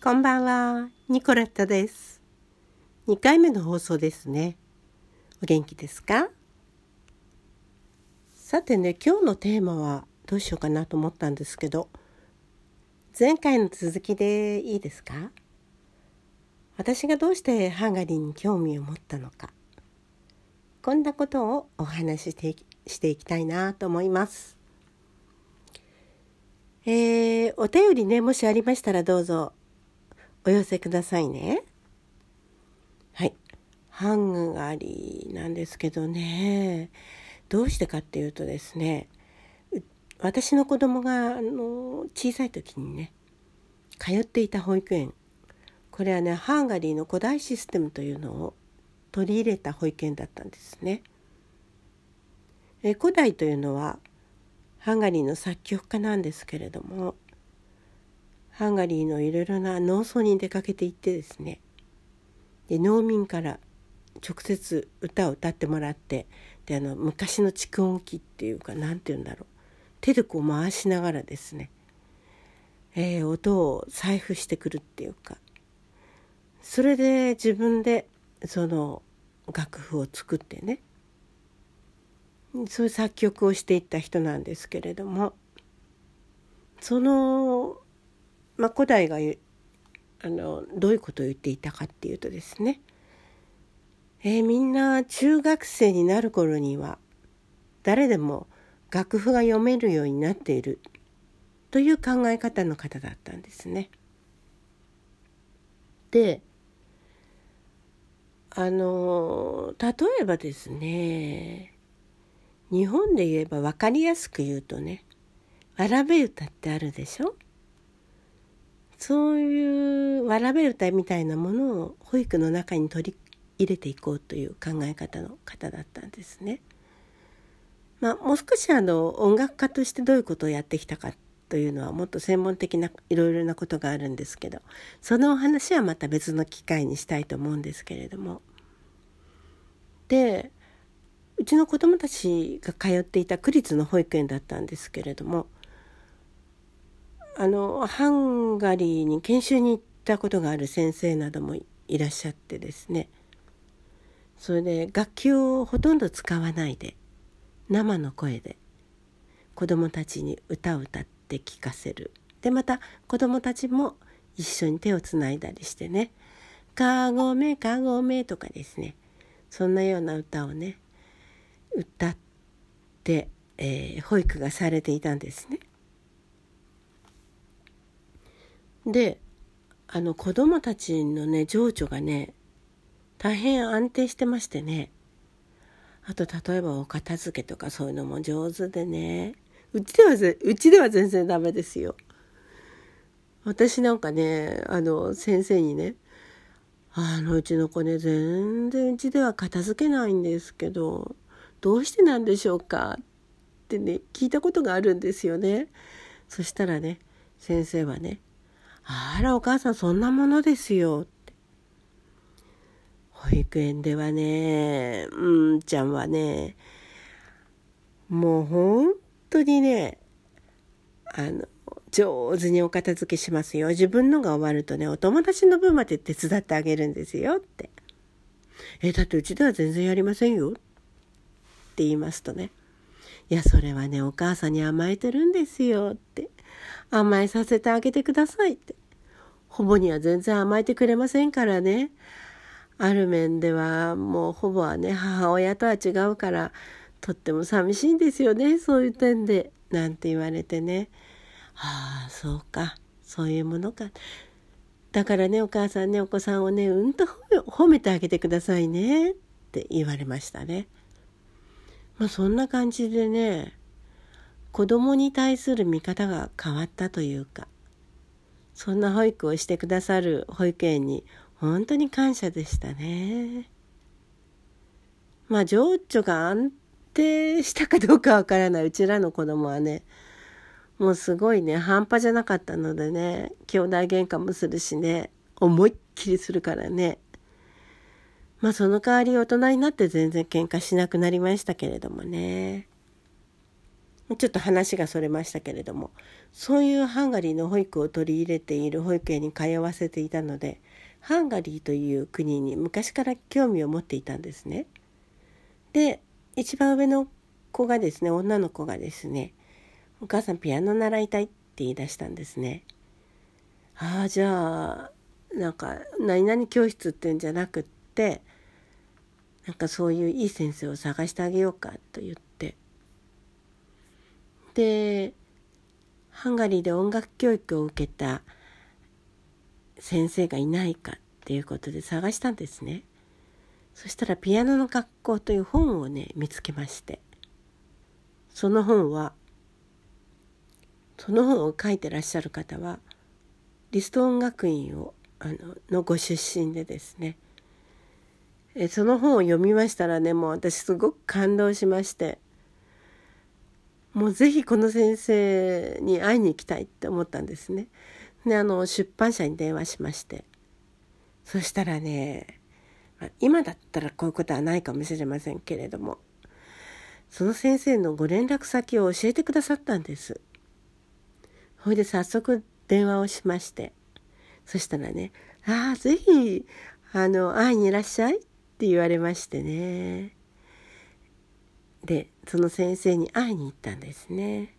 こんばんは、ニコラッタです。2回目の放送ですね。お元気ですか？さてね、今日のテーマはどうしようかなと思ったんですけど、前回の続きでいいですか？私がどうしてハンガリーに興味を持ったのか、こんなことをお話ししていきたいなと思います。お便りね、もしありましたらどうぞお寄せくださいね。はい。ハンガリーなんですけどね、どうしてかっていうとですね、私の子供が小さい時にね、通っていた保育園、これはね、ハンガリーの古代システムというのを取り入れた保育園だったんですね。古代というのはハンガリーの作曲家なんですけれども、ハンガリーのいろいろな農村に出かけていってですね、で農民から直接歌を歌ってもらって、で昔の蓄音機っていうか、なんていうんだろう、手でこう回しながらですね、音を採布してくるっていうか、それで自分でその楽譜を作ってね、そういう作曲をしていった人なんですけれども、その、古代がどういうことを言っていたかっていうとですね、みんな中学生になる頃には誰でも楽譜が読めるようになっているという考え方の方だったんですね。で、例えばですね、日本で言えば分かりやすく言うとね、わらべ歌ってあるでしょ。そういうわらべ歌みたいなものを保育の中に取り入れていこうという考え方の方だったんですね。もう少し音楽家としてどういうことをやってきたかというのはもっと専門的ないろいろなことがあるんですけど、そのお話はまた別の機会にしたいと思うんですけれども、でうちの子どもたちが通っていた区立の保育園だったんですけれども、ハンガリーに研修に行ったことがある先生などもいらっしゃってですね、それで楽器をほとんど使わないで生の声で子どもたちに歌を歌って聞かせる。でまた子どもたちも一緒に手をつないだりしてね、かごめかごめとかですね、そんなような歌をね歌って、保育がされていたんですね。で子どもたちのね情緒がね大変安定してましてね、あと例えばお片付けとかそういうのも上手でね、うちでは全然ダメですよ。私なんかね先生にね、うちの子ね全然うちでは片付けないんですけど、どうしてなんでしょうかってね聞いたことがあるんですよね。そしたらね先生はね、あらお母さんそんなものですよって、保育園ではねちゃんはねもう本当にね上手にお片付けしますよ。自分のが終わるとねお友達の分まで手伝ってあげるんですよって。だってうちでは全然やりませんよって言いますとね、いやそれはねお母さんに甘えてるんですよって、甘えさせてあげてくださいって。ほぼには全然甘えてくれませんからね。ある面ではもうほぼはね母親とは違うからとっても寂しいんですよね、そういう点でなんて言われてね、そうか、そういうものか。だからねお母さんねお子さんをね褒めてあげてくださいねって言われましたね。そんな感じでね、子供に対する見方が変わったというか、そんな保育をしてくださる保育園に本当に感謝でしたね。情緒が安定したかどうかわからない。うちらの子供はねもうすごいね半端じゃなかったのでね、兄弟喧嘩もするしね、思いっきりするからね、その代わり大人になって全然喧嘩しなくなりましたけれどもね。 ちょっと話がそれましたけれども、そういうハンガリーの保育を取り入れている保育園に通わせていたので、ハンガリーという国に昔から興味を持っていたんですね。で、一番上の子がですね、女の子がですね、お母さんピアノ習いたいって言い出したんですね。じゃあなんか何々教室っていうんじゃなくって、なんかそういういい先生を探してあげようかと言って、でハンガリーで音楽教育を受けた先生がいないかっていうことで探したんですね。そしたらピアノの学校という本をね見つけまして、その本を書いてらっしゃる方はリスト音楽院のご出身でですね、その本を読みましたらね、もう私すごく感動しまして、もうぜひこの先生に会いに行きたいって思ったんですね。で出版社に電話しまして、そしたらね、今だったらこういうことはないかもしれませんけれども、その先生のご連絡先を教えてくださったんです。それで早速電話をしまして、そしたらね、ぜひ会いにいらっしゃいって言われましてね。でその先生に会いに行ったんですね。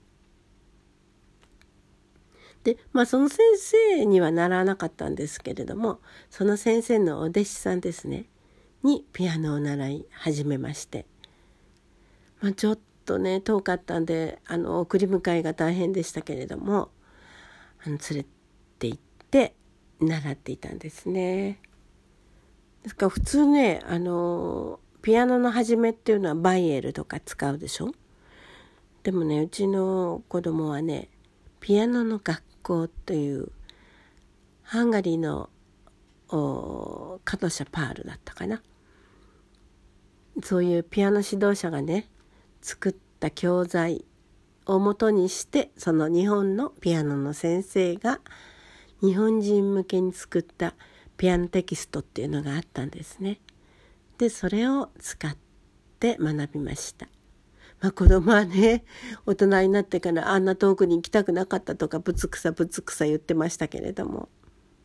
でその先生にはならなかったんですけれども、その先生のお弟子さんですねにピアノを習い始めまして、ちょっとね遠かったんで送り迎えが大変でしたけれども、連れて行って習っていたんですね。ですから普通ねピアノの始めっていうのはバイエルとか使うでしょ。でもね、うちの子供はね、ピアノの学校というハンガリーのカトシャパールだったかな、そういうピアノ指導者がね作った教材を元にして、その日本のピアノの先生が日本人向けに作ったピアノテキストっていうのがあったんですね。でそれを使って学びました。子供はね、大人になってからあんな遠くに行きたくなかったとかブツクサ言ってましたけれども、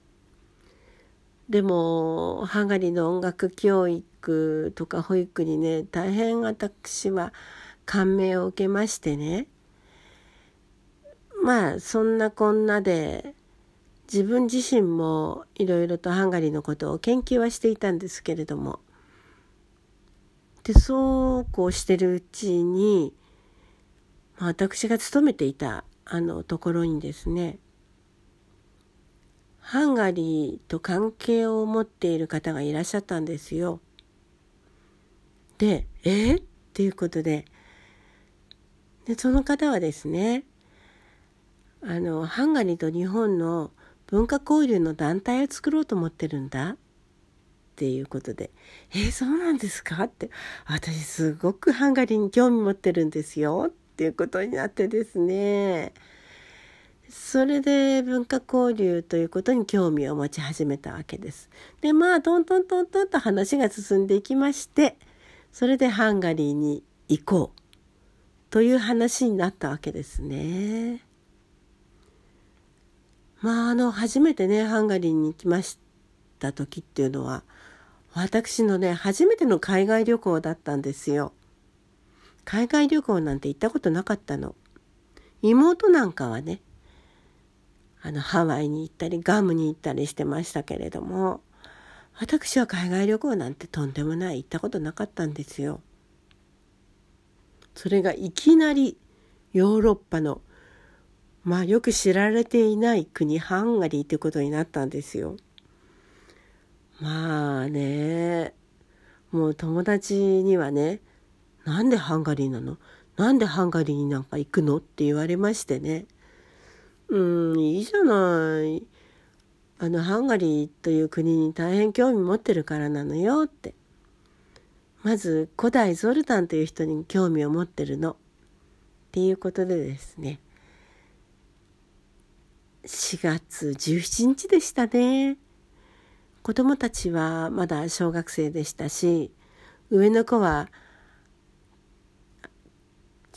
でもハンガリーの音楽教育とか保育にね大変私は感銘を受けましてね、そんなこんなで自分自身もいろいろとハンガリーのことを研究はしていたんですけれども、でそうこうしてるうちに、私が勤めていたところにですね、ハンガリーと関係を持っている方がいらっしゃったんですよ。でっていうことで、その方はですね、ハンガリーと日本の文化交流の団体を作ろうと思ってるんだっていうことで、そうなんですかって、私すごくハンガリーに興味持ってるんですよっていうことになってですね、それで文化交流ということに興味を持ち始めたわけです。でトントンと話が進んでいきまして、それでハンガリーに行こうという話になったわけですね。初めてねハンガリーに来ました時っていうのは、私のね初めての海外旅行だったんですよ。海外旅行なんて行ったことなかったの。妹なんかはねハワイに行ったりガムに行ったりしてましたけれども、私は海外旅行なんてとんでもない、行ったことなかったんですよ。それがいきなりヨーロッパのよく知られていない国ハンガリーということになったんですよ。もう友達にはね、なんでハンガリーなの？なんでハンガリーになんか行くの？って言われましてね。いいじゃない。ハンガリーという国に大変興味持ってるからなのよって。まず古代ゾルタンという人に興味を持ってるの。っていうことでですね。4月17日でしたね。子供たちはまだ小学生でしたし、上の子は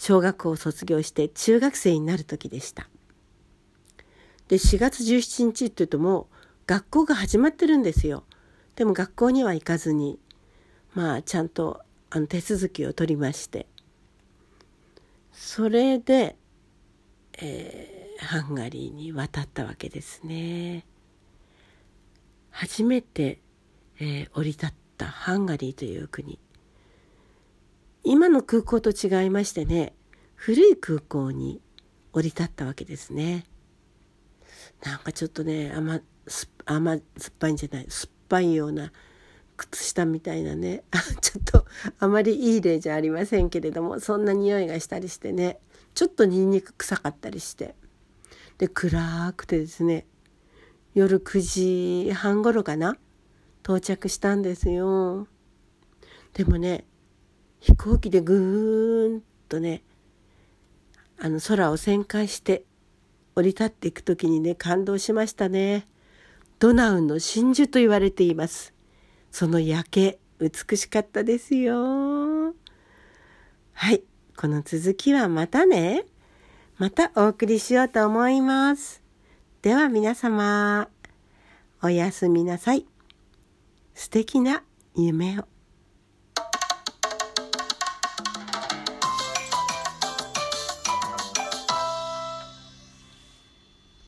小学校を卒業して中学生になる時でした。で、4月17日っていうともう学校が始まってるんですよ。でも学校には行かずに、ちゃんと手続きを取りまして、それで、ハンガリーに渡ったわけですね。初めて、降り立ったハンガリーという国。今の空港と違いましてね、古い空港に降り立ったわけですね。なんかちょっとね、酸っぱいんじゃない、酸っぱいような靴下みたいなね、ちょっとあまりいい例じゃありませんけれども、そんな匂いがしたりしてね、ちょっとニンニク臭かったりして、で暗くてですね、夜9時半頃かな、到着したんですよ。でもね、飛行機でぐーんとね、空を旋回して降り立っていくときにね、感動しましたね。ドナウの真珠と言われています。その夜景、美しかったですよ。はい、この続きはまたね、またお送りしようと思います。では皆様、おやすみなさい。素敵な夢を。